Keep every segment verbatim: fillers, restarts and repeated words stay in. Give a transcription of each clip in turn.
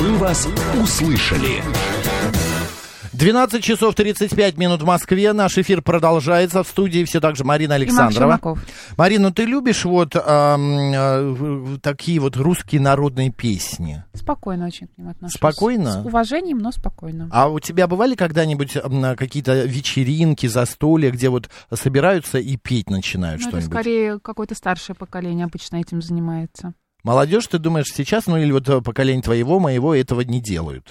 Мы вас услышали. двенадцать часов тридцать пять минут в Москве. Наш эфир продолжается. В студии все так же Марина Александрова. Марина, ну ты любишь вот а, а, такие вот русские народные песни? Спокойно очень к ним отношусь. Спокойно? С уважением, но спокойно. А у тебя бывали когда-нибудь а, какие-то вечеринки, застолья, где вот собираются и петь начинают ну, что-нибудь? Это скорее какое-то старшее поколение обычно этим занимается. Молодежь, ты думаешь, сейчас, ну или вот поколение твоего, моего этого не делают?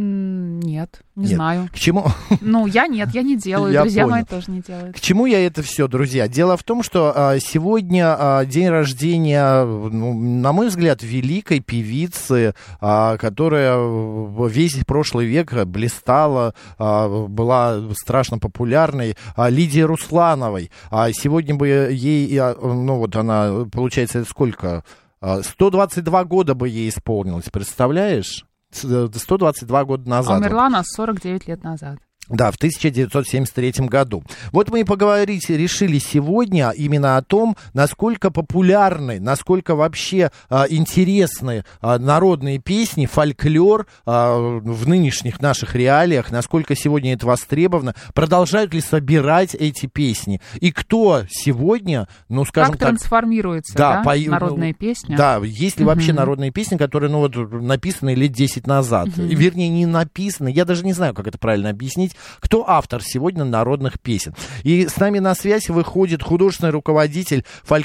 Нет, не нет. знаю. К чему? Ну, я нет, я не делаю, я друзья понял. мои тоже не делают. К чему я это все, друзья? Дело в том, что а, сегодня а, день рождения, ну, на мой взгляд, великой певицы, а, которая весь прошлый век блистала, а, была страшно популярной, а, Лидии Руслановой. А сегодня бы ей, ну вот она, получается, сколько? сто двадцать два года бы ей исполнилось, представляешь? сто двадцать два года назад. А умерла она сорок девять лет назад. Да, в тысяча девятьсот семьдесят третьем году. Вот мы и поговорить решили сегодня именно о том, насколько популярны, насколько вообще а, интересны а, народные песни, фольклор а, в нынешних наших реалиях, насколько сегодня это востребовано, продолжают ли собирать эти песни. И кто сегодня, ну, скажем как так... трансформируется, да, да? По... народные песни? Да, есть ли uh-huh. вообще народные песни, которые, ну, вот, написаны лет десять назад? Uh-huh. Вернее, не написаны, я даже не знаю, как это правильно объяснить. Кто автор сегодня народных песен? И с нами на связь выходит художественный руководитель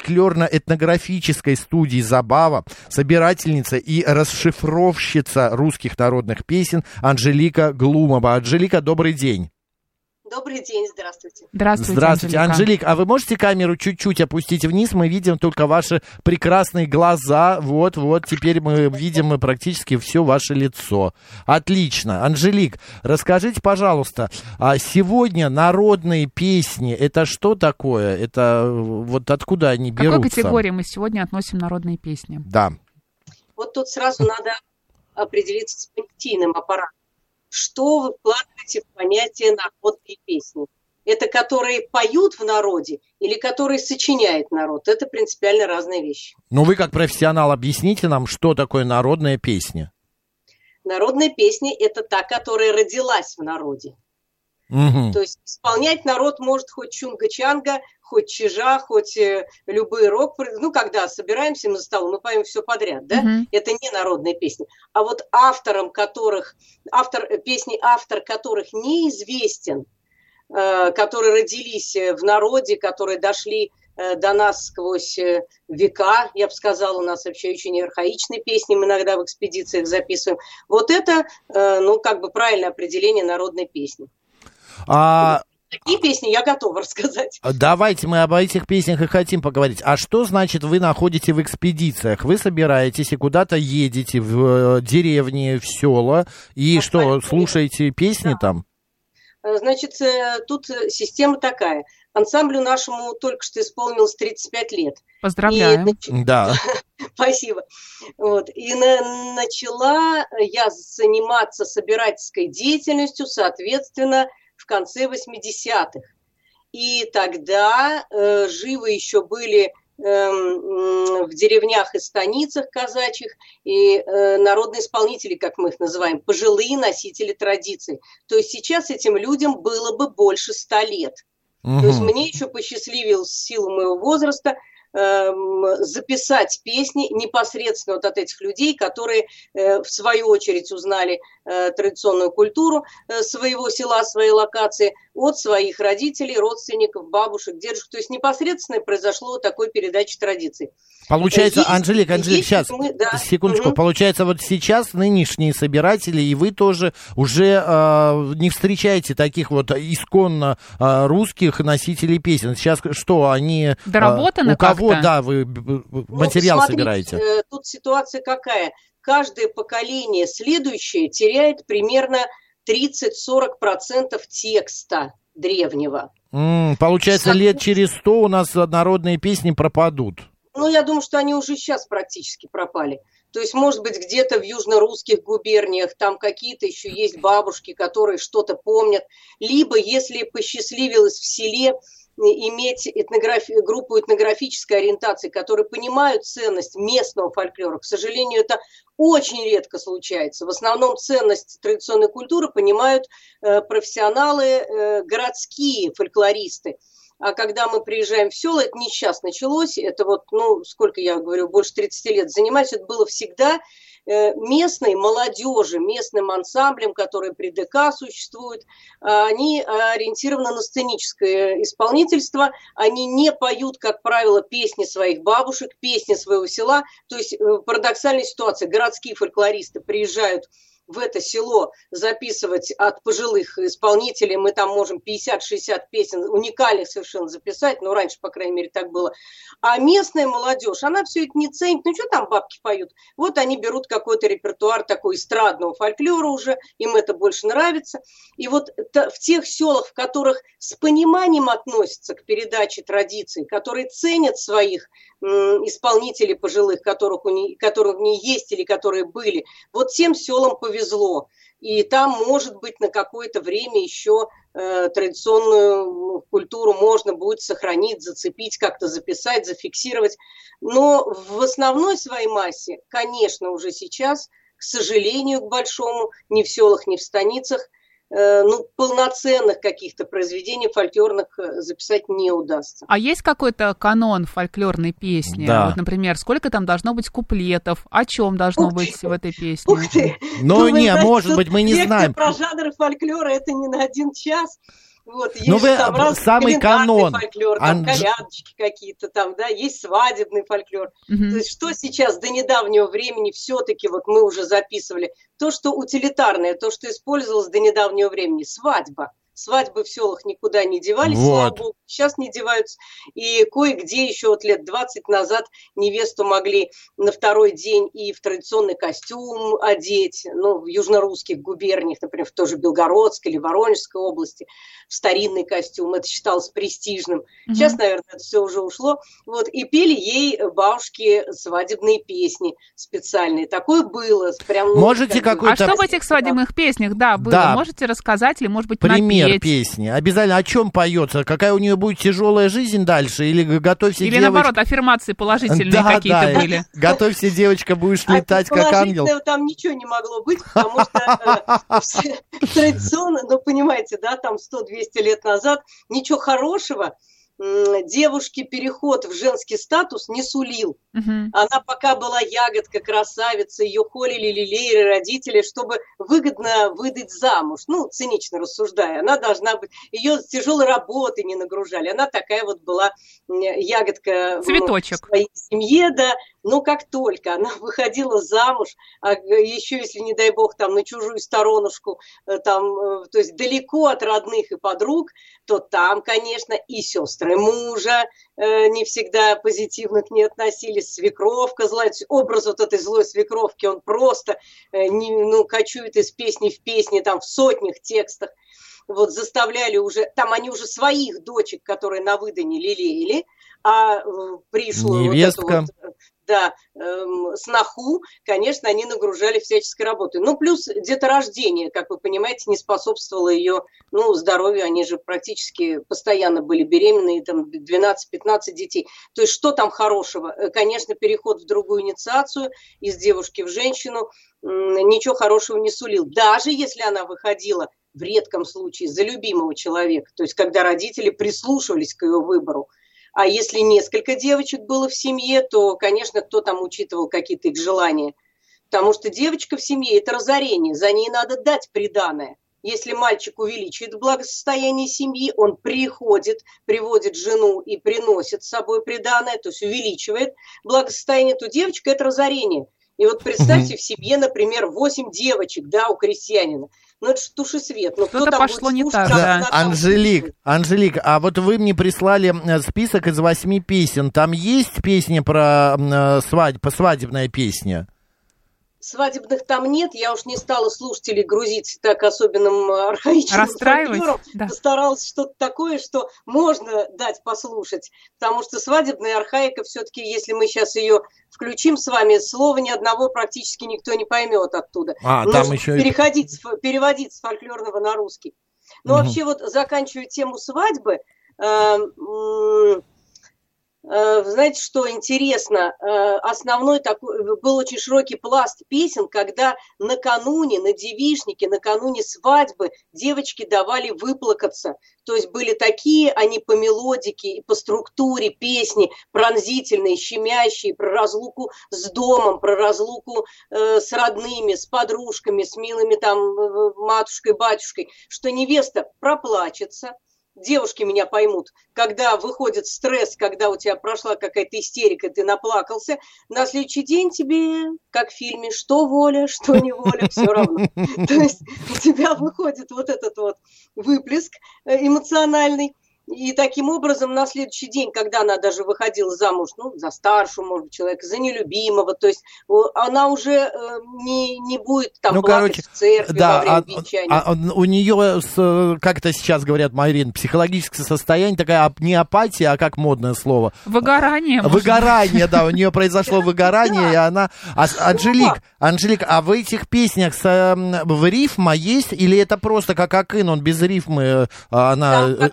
фольклорно-этнографической студии «Забава», собирательница и расшифровщица русских народных песен Анжелика Глумова. Анжелика, добрый день. Добрый день, здравствуйте. Здравствуйте, Здравствуйте, Анжелика. Анжелика. А вы можете камеру чуть-чуть опустить вниз? Мы видим только ваши прекрасные глаза. Вот, вот, теперь мы видим практически все ваше лицо. Отлично. Анжелик, расскажите, пожалуйста, а сегодня народные песни, это что такое? Это вот откуда они берутся? К какой категории мы сегодня относим народные песни? Да. Вот тут сразу надо определиться с понятийным аппаратом. Что вы вкладываете в понятие народные песни? Это которые поют в народе или которые сочиняет народ? Это принципиально разные вещи. Ну, вы как профессионал объясните нам, что такое народная песня. Народная песня – это та, которая родилась в народе. Угу. То есть исполнять народ может хоть чунга-чанга, хоть чижа, хоть э, любые рок. Ну, когда собираемся мы за столом, мы поем все подряд, да? Uh-huh. Это не народные песни. А вот автором которых, автор песни, автор которых неизвестен, э, которые родились в народе, которые дошли э, до нас сквозь э, века, я бы сказала, у нас вообще очень архаичные песни, мы иногда в экспедициях записываем. Вот это, э, ну, как бы правильное определение народной песни. А... Такие песни я готова рассказать. Давайте мы об этих песнях и хотим поговорить. А что значит вы находите в экспедициях? Вы собираетесь и куда-то едете в деревни, в села, и Абсолютно. Что, слушаете песни да. там? Значит, тут система такая. Ансамблю нашему только что исполнилось тридцать пять лет. Поздравляем. И... Да. Спасибо. Вот. И на... начала я заниматься собирательской деятельностью, соответственно, в конце восьмидесятых. И тогда э, живы еще были э, в деревнях и станицах казачьих и э, народные исполнители, как мы их называем, пожилые носители традиций. То есть сейчас этим людям было бы больше ста лет. Угу. То есть мне еще посчастливилось в силу моего возраста записать песни непосредственно вот от этих людей, которые э, в свою очередь узнали э, традиционную культуру э, своего села, своей локации от своих родителей, родственников, бабушек, дедушек. То есть непосредственно произошло вот такой передача традиций. Получается, есть, Анжелика, Анжелика, сейчас, мы, да. секундочку, угу. Получается, вот сейчас нынешние собиратели, и вы тоже уже э, не встречаете таких вот исконно э, русских носителей песен. Сейчас что, они... Доработаны э, у кого, как-то? да, вы материал ну, смотрите, собираете? Э, тут ситуация какая? Каждое поколение следующее теряет примерно тридцать-сорок процентов текста древнего. М-м, получается, Со... лет через сто у нас народные песни пропадут. Ну, я думаю, что они уже сейчас практически пропали. То есть, может быть, где-то в южно-русских губерниях там какие-то еще есть бабушки, которые что-то помнят. Либо, если посчастливилось в селе иметь этнографи- группу этнографической ориентации, которые понимают ценность местного фольклора. К сожалению, это очень редко случается. В основном ценность традиционной культуры понимают э, профессионалы, э, городские фольклористы. А когда мы приезжаем в села, это не сейчас началось, это вот, ну, сколько я говорю, больше тридцати лет занимаюсь, это было всегда э, местной молодежи, местным ансамблем, которые при ДК существуют, они ориентированы на сценическое исполнительство, они не поют, как правило, песни своих бабушек, песни своего села, то есть э, парадоксальная ситуация, городские фольклористы приезжают в это село записывать от пожилых исполнителей, мы там можем пятьдесят-шестьдесят песен уникальных совершенно записать, ну, раньше, по крайней мере, так было. А местная молодежь, она все это не ценит, ну, что там бабки поют? Вот они берут какой-то репертуар такой эстрадного фольклора уже, им это больше нравится. И вот в тех селах, в которых с пониманием относятся к передаче традиций, которые ценят своих исполнителей пожилых, которых у них, которых у них есть или которые были, вот тем селам повезло. И там, может быть, на какое-то время еще э, традиционную культуру можно будет сохранить, зацепить, как-то записать, зафиксировать. Но в основной своей массе, конечно, уже сейчас, к сожалению, к большому, ни в селах, ни в станицах, ну, полноценных каких-то произведений фольклорных записать не удастся. А есть какой-то канон фольклорной песни? Да. Вот, например, сколько там должно быть куплетов? О чем должно Ух быть ты. в этой песне? Ух ты! Ну, Ну, вы не, знаете, может тут быть, мы не лекция знаем. про жанры фольклора, это не на один час. Вот, есть Ну, же вы там разный самый календарный канон. фольклор, там Анж- колядочки какие-то там, да, есть свадебный фольклор. Мгм. То есть что сейчас до недавнего времени все-таки вот мы уже записывали? То, что утилитарное, то, что использовалось до недавнего времени, свадьба. Свадьбы в селах никуда не девались, Вот. слава богу, сейчас не деваются. И кое-где еще вот лет двадцать назад невесту могли на второй день и в традиционный костюм одеть, ну, в южнорусских губерниях, например, в той же Белгородской или Воронежской области, в старинный костюм, это считалось престижным. Мгм. Сейчас, наверное, это все уже ушло. Вот, и пели ей бабушки свадебные песни специальные. Такое было. Прям, ну, Можете как бы, какой-то- А что в этих свадебных песнях, да, было? Да. Можете рассказать или, может быть, Пример напеть? песни. Обязательно о чем поется? Какая у нее будет тяжелая жизнь дальше? Или готовься, Или, девочка. наоборот, аффирмации положительные Да, какие-то да. были? Готовься, девочка, будешь А летать как ангел. положительного там ничего не могло быть, потому что э, все- традиционно, ну, понимаете, да, там сто-двести лет назад ничего хорошего м, девушке переход в женский статус не сулил. Мгм. Она пока была ягодка, красавица, ее холили, лелеяли родители, чтобы выгодно выдать замуж. Ну, цинично рассуждая, она должна быть... Ее с тяжелой работы не нагружали. Она такая вот была м, ягодка, ну, Цветочек. в своей семье, да. Но как только она выходила замуж, а еще, если, не дай бог, там на чужую сторонушку, э, там, э, то есть далеко от родных и подруг, то там, конечно, и сестры мужа э, не всегда позитивно к ней относились, свекровка злая. То есть образ вот этой злой свекровки, он просто э, не, ну, кочует из песни в песни, там в сотнях текстах. Вот заставляли уже, там они уже своих дочек, которые на выдане лелеяли, а э, пришлую Невестка. вот эту вот, да, эм, сноху, конечно, они нагружали всяческой работой. Ну, плюс деторождение, как вы понимаете, не способствовало ее, ну, здоровью. Они же практически постоянно были беременны, там двенадцать-пятнадцать детей. То есть что там хорошего? Э, Конечно, переход в другую инициацию из девушки в женщину м, ничего хорошего не сулил. Даже если она выходила в редком случае за любимого человека, то есть когда родители прислушивались к ее выбору. А если несколько девочек было в семье, то, конечно, кто там учитывал какие-то их желания. Потому что девочка в семье – это разорение, за ней надо дать приданое. Если мальчик увеличивает благосостояние семьи, он приходит, приводит жену и приносит с собой приданое, то есть увеличивает благосостояние, то девочка – это разорение. И вот представьте, в семье, например, восемь девочек, да, у крестьянина. Ну, это ж туши свет. Ну, кто Что-то там пошло будет не слушать, так, как да. она там Анжелик, слушает? Анжелик, а вот вы мне прислали э, список из восьми песен. Там есть песни про э, свадьбу, свадебная песня? Свадебных там нет, я уж не стала слушателей грузить так особенным э, архаичным Расстраивать? фольклором. Да. Постаралась что-то такое, что можно дать послушать. Потому что свадебная архаика все-таки, если мы сейчас ее включим с вами, слова ни одного практически никто не поймет оттуда. А, Нужно там еще и- переходить, с фо- переводить с фольклорного на русский. Но Мгм. вообще вот заканчивая тему свадьбы, знаете, что интересно, основной такой, был очень широкий пласт песен, когда накануне, на девичнике, накануне свадьбы девочки давали выплакаться. То есть были такие, они по мелодике и по структуре песни пронзительные, щемящие, про разлуку с домом, про разлуку э, с родными, с подружками, с милыми там матушкой, батюшкой, что невеста проплачется. Девушки меня поймут, когда выходит стресс, когда у тебя прошла какая-то истерика, ты наплакался, на следующий день тебе, как в фильме, что воля, что неволя, все равно. То есть у тебя выходит вот этот вот выплеск эмоциональный. И таким образом на следующий день, когда она даже выходила замуж, ну, за старшего, может быть, человека, за нелюбимого, то есть она уже э, не, не будет там ну, плакать короче, в церкви да, во время а, венчания. А, а, у нее, как это сейчас говорят, Марин, психологическое состояние, такая не апатия, а как модное слово? Выгорание. Выгорание, да, у нее произошло выгорание, и она... Анжелик, Анжелик, а в этих песнях в рифма есть, или это просто как Акын, он без рифмы, она...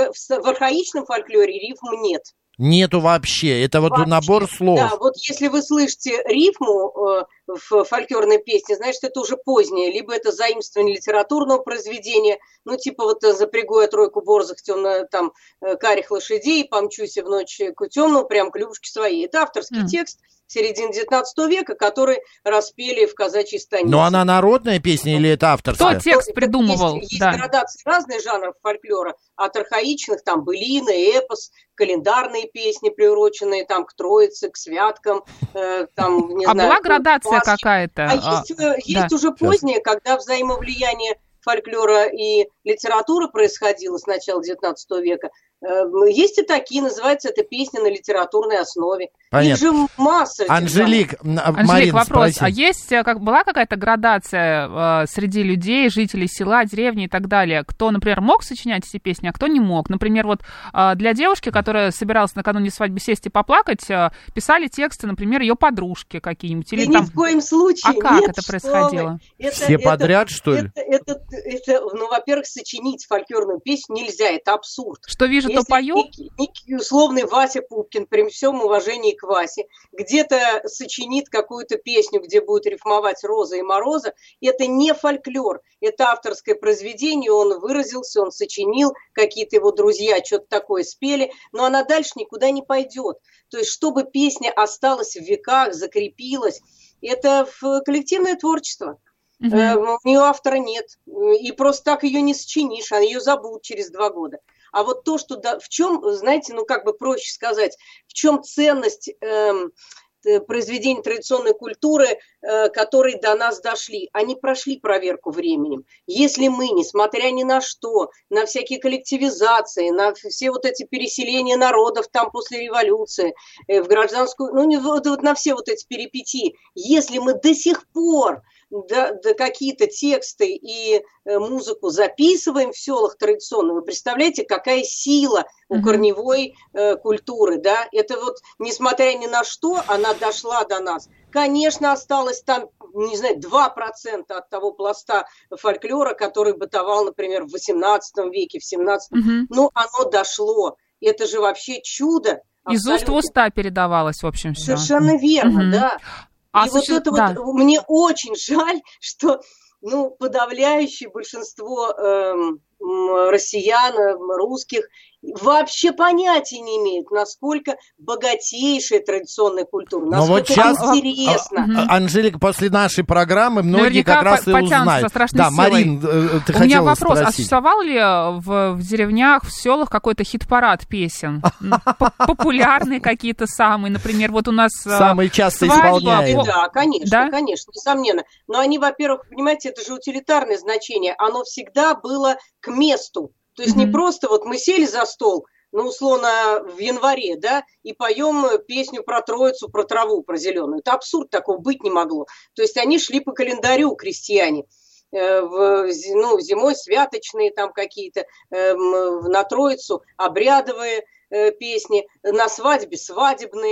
В архаичном фольклоре рифм нет. Нету вообще. Это вот вообще набор слов. Да, вот если вы слышите рифму э, в фольклорной песне, значит, это уже позднее. Либо это заимствование литературного произведения, ну, типа вот «Запрягу я тройку борзых темно, там, карих лошадей, помчусь в ночь к темному, прям к Любушке своей». Это авторский mm. текст середины девятнадцатого века, который распели в казачьей станице. Но она народная песня или это авторская? Кто текст придумывал? Есть, да. есть градации разных жанров фольклора, от архаичных, там, былины, эпос, календарные песни, приуроченные там к Троице, к святкам, э, там, не а знаю. была градация Пасхи. какая-то? А, а есть, есть да. уже позднее, когда взаимовлияние фольклора и литературы происходило с начала девятнадцатого века. Есть и такие, называется это песня на литературной основе. Понятно. Их же масса. Анжелик, Анжелик, Марин, вопрос. спроси. А есть, как, была какая-то градация э, среди людей, жителей села, деревни и так далее? Кто, например, мог сочинять эти песни, а кто не мог? Например, вот э, для девушки, которая собиралась накануне свадьбы сесть и поплакать, э, писали тексты, например, ее подружки какие-нибудь. Или да там... ни в коем случае. А как Нет, это происходило? Это, Все это, подряд, что ли? Это, это, это, ну, во-первых, сочинить фольклорную песню нельзя, это абсурд. Что вижу, Если то пою? Некий, некий условный Вася Пупкин, при всем уважении к Васе, где-то сочинит какую-то песню, где будет рифмовать Роза и Мороза, это не фольклор, это авторское произведение, он выразился, он сочинил, какие-то его друзья что-то такое спели, но она дальше никуда не пойдет. То есть, чтобы песня осталась в веках, закрепилась, это коллективное творчество. Uh-huh. У нее автора нет, и просто так ее не сочинишь, а ее забудут через два года. А вот то, что да, в чем, знаете, ну как бы проще сказать, в чем ценность эм, произведений традиционной культуры, э, которые до нас дошли, они прошли проверку временем. Если мы, несмотря ни на что, на всякие коллективизации, на все вот эти переселения народов там после революции, э, в гражданскую, ну не, вот, вот на все вот эти перипетии, если мы до сих пор Да, да какие-то тексты и э, музыку записываем в селах традиционно. Вы представляете, какая сила у mm-hmm. корневой э, культуры, да? Это вот, несмотря ни на что, она дошла до нас. Конечно, осталось там, не знаю, два процента от того пласта фольклора, который бытовал, например, в восемнадцатом веке, в семнадцатом. Mm-hmm. Но оно дошло. Это же вообще чудо. Из уст в уста передавалось, в общем, все. Совершенно верно, mm-hmm. да. А и суще... вот это да. вот, мне очень жаль, что ну, подавляющее большинство эм, россиян, русских, вообще понятия не имеют, насколько богатейшая традиционная культура, насколько вот сейчас, интересно. А, а, Анжелика, после нашей программы многие Наверняка как раз и узнают. Да, силой. Марин, ты У меня вопрос, спросить. А существовал ли в, в деревнях, в селах какой-то хит-парад песен? Популярные какие-то самые, например, вот у нас самые часто исполняемые. Да, конечно, конечно, несомненно. Но они, во-первых, понимаете, это же утилитарное значение, оно всегда было к месту. То есть mm-hmm. не просто вот мы сели за стол, ну, условно, в январе, да, и поем песню про Троицу, про траву, про зеленую. Это абсурд, такого быть не могло. То есть они шли по календарю, крестьяне. Э, в, ну, зимой святочные там какие-то, э, на Троицу обрядовые э, песни, на свадьбе свадебные.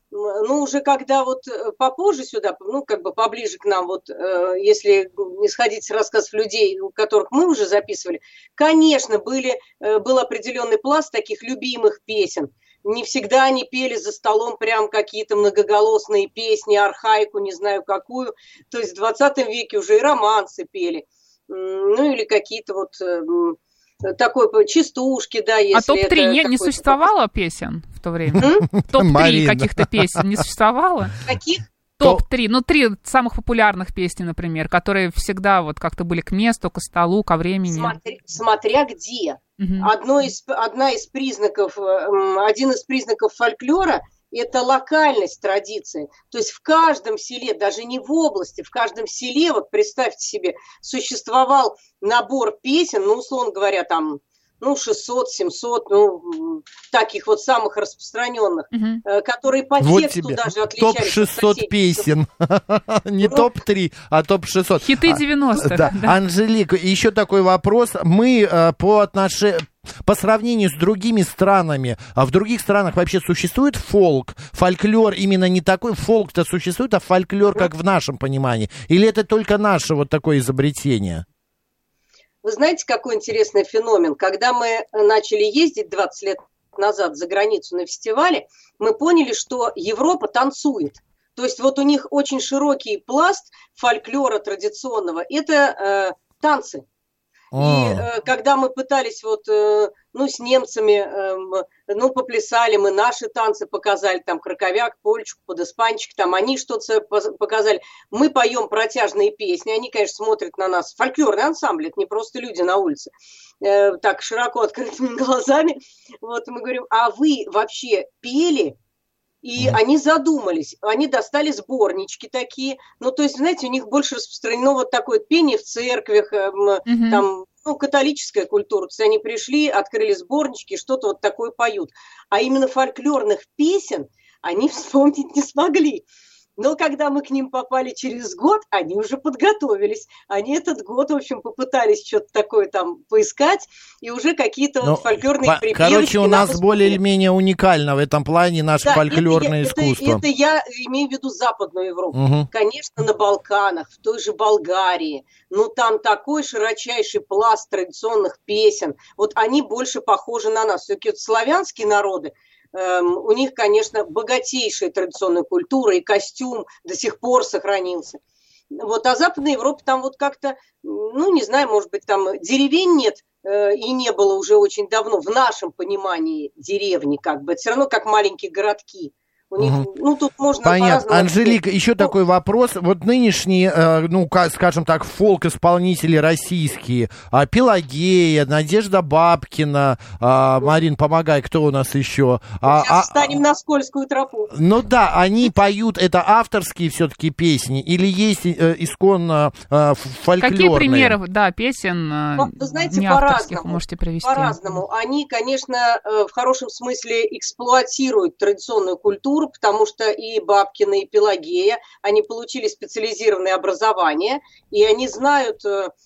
ну, уже когда вот попозже сюда, ну, как бы поближе к нам, вот, если исходить с рассказов людей, у которых мы уже записывали, конечно, были, был определенный пласт таких любимых песен. Не всегда они пели за столом прям какие-то многоголосные песни, архаику, не знаю какую. То есть в двадцатом веке уже и романсы пели. Ну, или какие-то вот такой частушки, да, если а топ-три не, не существовало песен в то время? топ-три каких-то песен не существовало? Каких? топ-три, ну, три самых популярных песни, например, которые всегда вот как-то были к месту, к столу, ко времени. Смотря, смотря где. Угу. Одно из, одна из признаков, один из признаков фольклора – это локальность традиции. То есть в каждом селе, даже не в области, в каждом селе, вот представьте себе, существовал набор песен, ну, условно говоря, там, ну, шестьсот-семьсот, ну, таких вот самых распространенных, угу. которые по вот тексту тебе. даже отличались. топ шестьсот песен. Не ну, топ три, а топ шестьсот. Хиты девяностых. Да. Да. Анжелика, еще такой вопрос. Мы э, по отношению... По сравнению с другими странами, а в других странах вообще существует фолк, фольклор именно не такой, фолк-то существует, а фольклор как в нашем понимании? Или это только наше вот такое изобретение? Вы знаете, какой интересный феномен? Когда мы начали ездить двадцать лет назад за границу на фестивале, мы поняли, что Европа танцует. То есть вот у них очень широкий пласт фольклора традиционного. Это э, танцы. И э, когда мы пытались вот, э, ну, с немцами, э, ну, поплясали, мы наши танцы показали, там, краковяк, польчик, подиспанчик, там, они что-то показали. Мы поем протяжные песни, они, конечно, смотрят на нас. Фольклорный ансамбль, это не просто люди на улице, э, так, широко открытыми глазами. Вот, мы говорим, а вы вообще пели? И mm. они задумались, они достали сборнички такие, ну, то есть, знаете, у них больше распространено вот такое пение в церквях, mm-hmm. там, ну, католическая культура, то есть они пришли, открыли сборнички, что-то вот такое поют, а именно фольклорных песен они вспомнить не смогли. Но когда мы к ним попали через год, они уже подготовились. Они этот год, в общем, попытались что-то такое там поискать, и уже какие-то вот фольклорные по- припевочки. Короче, у нас более-менее уникально в этом плане наше да, фольклорное это, искусство. Это, это я имею в виду Западную Европу. Угу. Конечно, на Балканах, в той же Болгарии. Ну, там такой широчайший пласт традиционных песен. Вот они больше похожи на нас. Все-таки вот славянские народы, у них, конечно, богатейшая традиционная культура, и костюм до сих пор сохранился. Вот, а Западная Европа там вот как-то, ну, не знаю, может быть, там деревень нет, э, и не было уже очень давно, в нашем понимании деревни, как бы. Это все равно как маленькие городки. У них, угу. ну, тут можно понятно. Анжелика, еще ну, такой вопрос. Вот нынешние, э, ну, скажем так, фолк-исполнители российские, э, Пелагея, Надежда Бабкина, э, Марин, помогай, кто у нас еще? Сейчас а, встанем а, на скользкую тропу. Ну да, они поют, это авторские все-таки песни, или есть э, исконно э, фольклорные? Какие примеры, да, песен э, ну, вы знаете, не авторских вы можете привести? По-разному. Они, конечно, э, в хорошем смысле эксплуатируют традиционную культуру, потому что и Бабкина, и Пелагея, они получили специализированное образование, и они знают,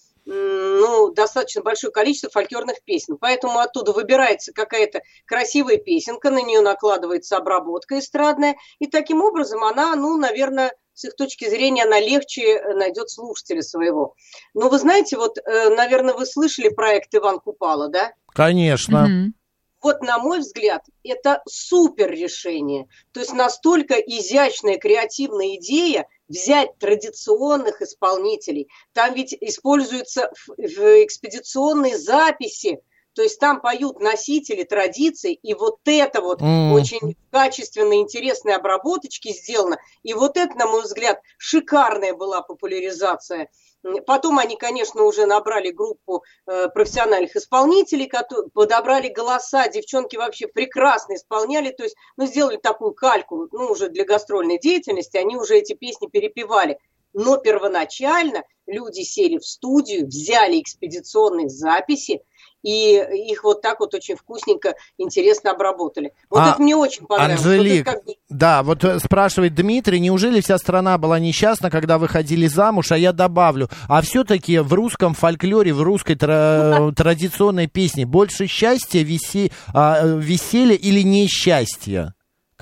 ну, достаточно большое количество фольклорных песен. Поэтому оттуда выбирается какая-то красивая песенка, на нее накладывается обработка эстрадная, и таким образом она, ну, наверное, с их точки зрения, она легче найдет слушателя своего. Но вы знаете, вот, наверное, вы слышали проект Иван Купала, да? Конечно. Mm-hmm. Вот, на мой взгляд, это супер решение. То есть настолько изящная, креативная идея взять традиционных исполнителей. Там ведь используются в, в экспедиционные записи. То есть там поют носители традиций, и вот это вот mm. очень качественно, интересной обработочки сделано. И вот это, на мой взгляд, шикарная была популяризация. Потом они, конечно, уже набрали группу э, профессиональных исполнителей, которые подобрали голоса, девчонки вообще прекрасно исполняли, то есть, ну, сделали такую кальку, ну, уже для гастрольной деятельности, они уже эти песни перепевали. Но первоначально люди сели в студию, взяли экспедиционные записи, и их вот так вот очень вкусненько, интересно обработали. Вот а, это мне очень понравилось. Анжелик, вот как... да, вот спрашивает Дмитрий, неужели вся страна была несчастна, когда выходили замуж? А я добавлю, а все-таки в русском фольклоре, в русской тра- традиционной песне больше счастья, весе- а, веселья или несчастья?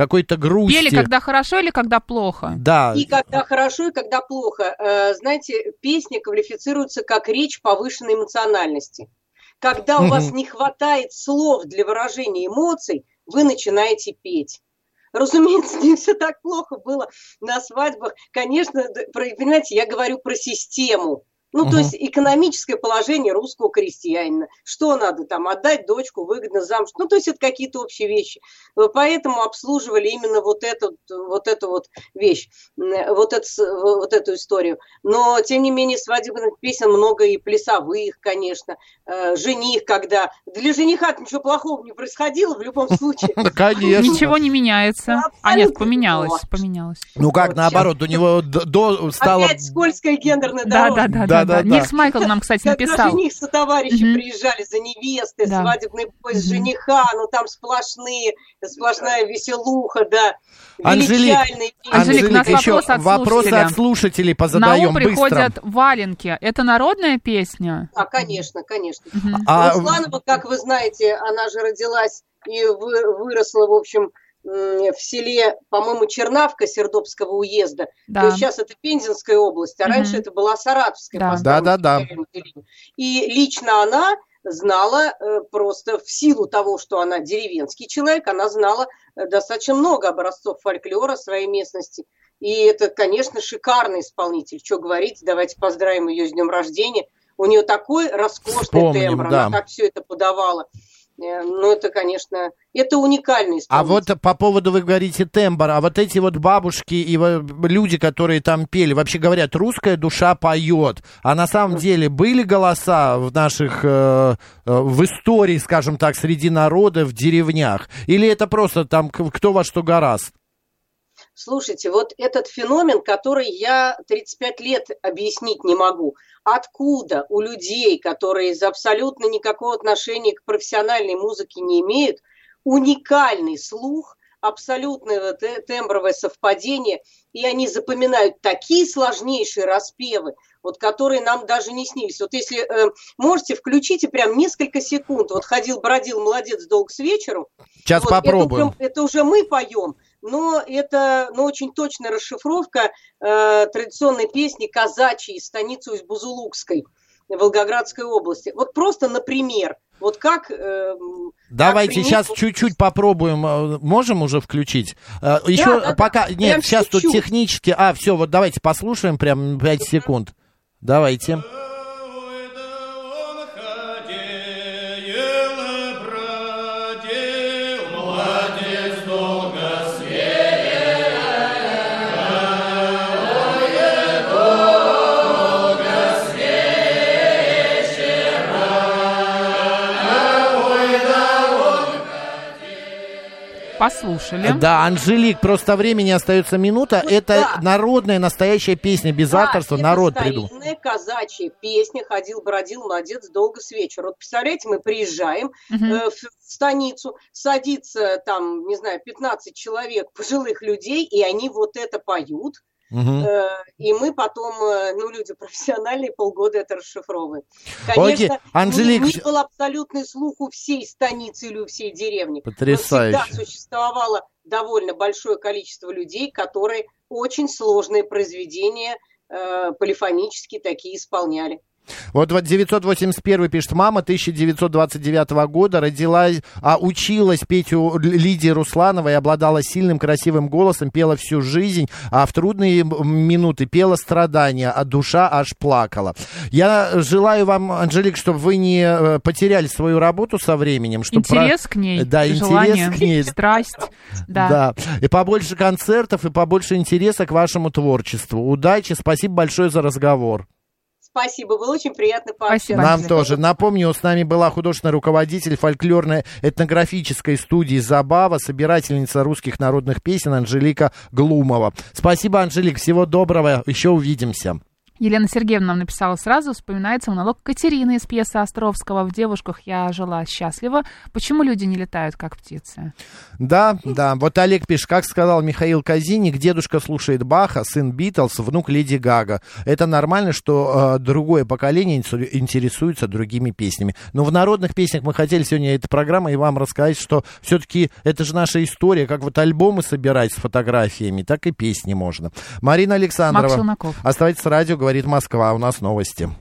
какой-то грусти. Пели, когда хорошо или когда плохо? Да. И когда хорошо, и когда плохо. Знаете, песни квалифицируются как речь повышенной эмоциональности. Когда у вас не хватает слов для выражения эмоций, вы начинаете петь. Разумеется, не все так плохо было на свадьбах. Конечно, понимаете, я говорю про систему. Ну, то есть экономическое положение русского крестьянина. Что надо там, отдать дочку выгодно замуж? Ну, то есть это какие-то общие вещи. Поэтому обслуживали именно вот эту вот, эту вот вещь, вот, это, вот эту историю. Но, тем не менее, свадебных песен много и плясовых, конечно. Жених, когда... Для жениха ничего плохого не происходило в любом случае. Конечно. Ничего не меняется. А нет, поменялось. поменялось. Ну как, наоборот, у него до стало... Опять скользкая гендерная Да, дорожка. да, да. Да, да, Никс да. Майкл нам, кстати, написал. Когда жених со товарищи Мгм. приезжали за невестой, Да. свадебный поезд Мгм. жениха, ну там сплошные, сплошная веселуха, да. Анжелик, Величальные песни. Анжелик, у нас еще вопрос от вопросы слушателя. от слушателей На позадаем ум быстро. приходят валенки. Это народная песня? А, конечно, конечно. Мгм. А, Русланова, как вы знаете, она же родилась и вы- выросла, в общем, м, в селе, по-моему, Чернавка Сердобского уезда. Да. То есть сейчас это Пензенская область, а Мгм. раньше это была Саратовская. Да. по старому Да-да-да. территориальному делению. И лично она знала э, просто в силу того, что она деревенский человек, она знала э, достаточно много образцов фольклора своей местности. И это, конечно, шикарный исполнитель. Что говорить, давайте поздравим ее с днем рождения. У нее такой роскошный Вспомним, тембр, да. она так все это подавала. Э, Ну, это, конечно, это уникальный исполнитель. А вот по поводу, вы говорите, тембр, а вот эти вот бабушки и во- люди, которые там пели, вообще говорят, русская душа поет. А на самом деле были голоса в наших, э, э, в истории, скажем так, среди народа, в деревнях? Или это просто там к- кто во что гораст? Слушайте, вот этот феномен, который я тридцать пять лет объяснить не могу. Откуда у людей, которые из абсолютно никакого отношения к профессиональной музыке не имеют, уникальный слух, абсолютное те- тембровое совпадение, и они запоминают такие сложнейшие распевы, вот которые нам даже не снились. Вот если э, можете, включите прям несколько секунд. Вот ходил, бродил, молодец, долг с вечеру. Сейчас Вот, попробуем. Это уже, это уже мы поем, но это ну, очень точная расшифровка э, традиционной песни казачьей из станицы Усть-Бузулукской, Волгоградской области. Вот просто, например, вот как... э, Давайте как сейчас принято- чуть-чуть попробуем. Э, Можем уже включить? Э, Еще да, да. пока... Нет, Прям сейчас тут чуть-чуть. технически... А, все, вот давайте послушаем прям пять секунд. Давайте. Послушали. Да, Анжелик, просто времени остается минута. Ну, Это да. народная, настоящая песня, без Да, авторства, это народ придумал. старинная казачья песня «Ходил, бродил, молодец, долго с вечера». Вот представляете, мы приезжаем Мгм. э, в станицу, садится там, не знаю, пятнадцать человек, пожилых людей, и они вот это поют. Мгм. Э, И мы потом, э, ну, люди профессиональные, полгода это расшифровываем. Окей, Конечно, Анжелик, не, не был абсолютный слух у всей станицы или у всей деревни. Но Потрясающе. всегда существовало довольно большое количество людей, которые очень сложные произведения э, полифонические такие исполняли. Вот, вот девятьсот восемьдесят один пишет, мама тысяча девятьсот двадцать девятого года родилась, а училась петь у Лидии Руслановой, обладала сильным красивым голосом, пела всю жизнь, а в трудные м- минуты пела страдания, а душа аж плакала. Я желаю вам, Анжелик, чтобы вы не э, потеряли свою работу со временем. Чтобы Интерес про- к ней, Да, интерес желание, к ней. страсть. Да. Да, и побольше концертов, и побольше интереса к вашему творчеству. Удачи, спасибо большое за разговор. Спасибо, было очень приятно пообщаться. Спасибо. Нам Анжелик. тоже. Напомню, с нами была художественный руководитель фольклорной этнографической студии «Забава», собирательница русских народных песен Анжелика Глумова. Спасибо, Анжелик, всего доброго, еще увидимся. Елена Сергеевна нам написала сразу, вспоминается монолог Катерины из пьесы Островского «В девушках я жила счастливо». Почему люди не летают, как птицы? Да, да. Вот Олег пишет, как сказал Михаил Казиник, дедушка слушает Баха, сын Битлз, внук Леди Гага. Это нормально, что э, другое поколение интересуется другими песнями. Но в народных песнях мы хотели сегодня этой программы и вам рассказать, что все-таки это же наша история. Как вот альбомы собирать с фотографиями, так и песни можно. Марина Александрова. Мак Челноков. Оставайтесь с радио, говорит Москва. У нас новости.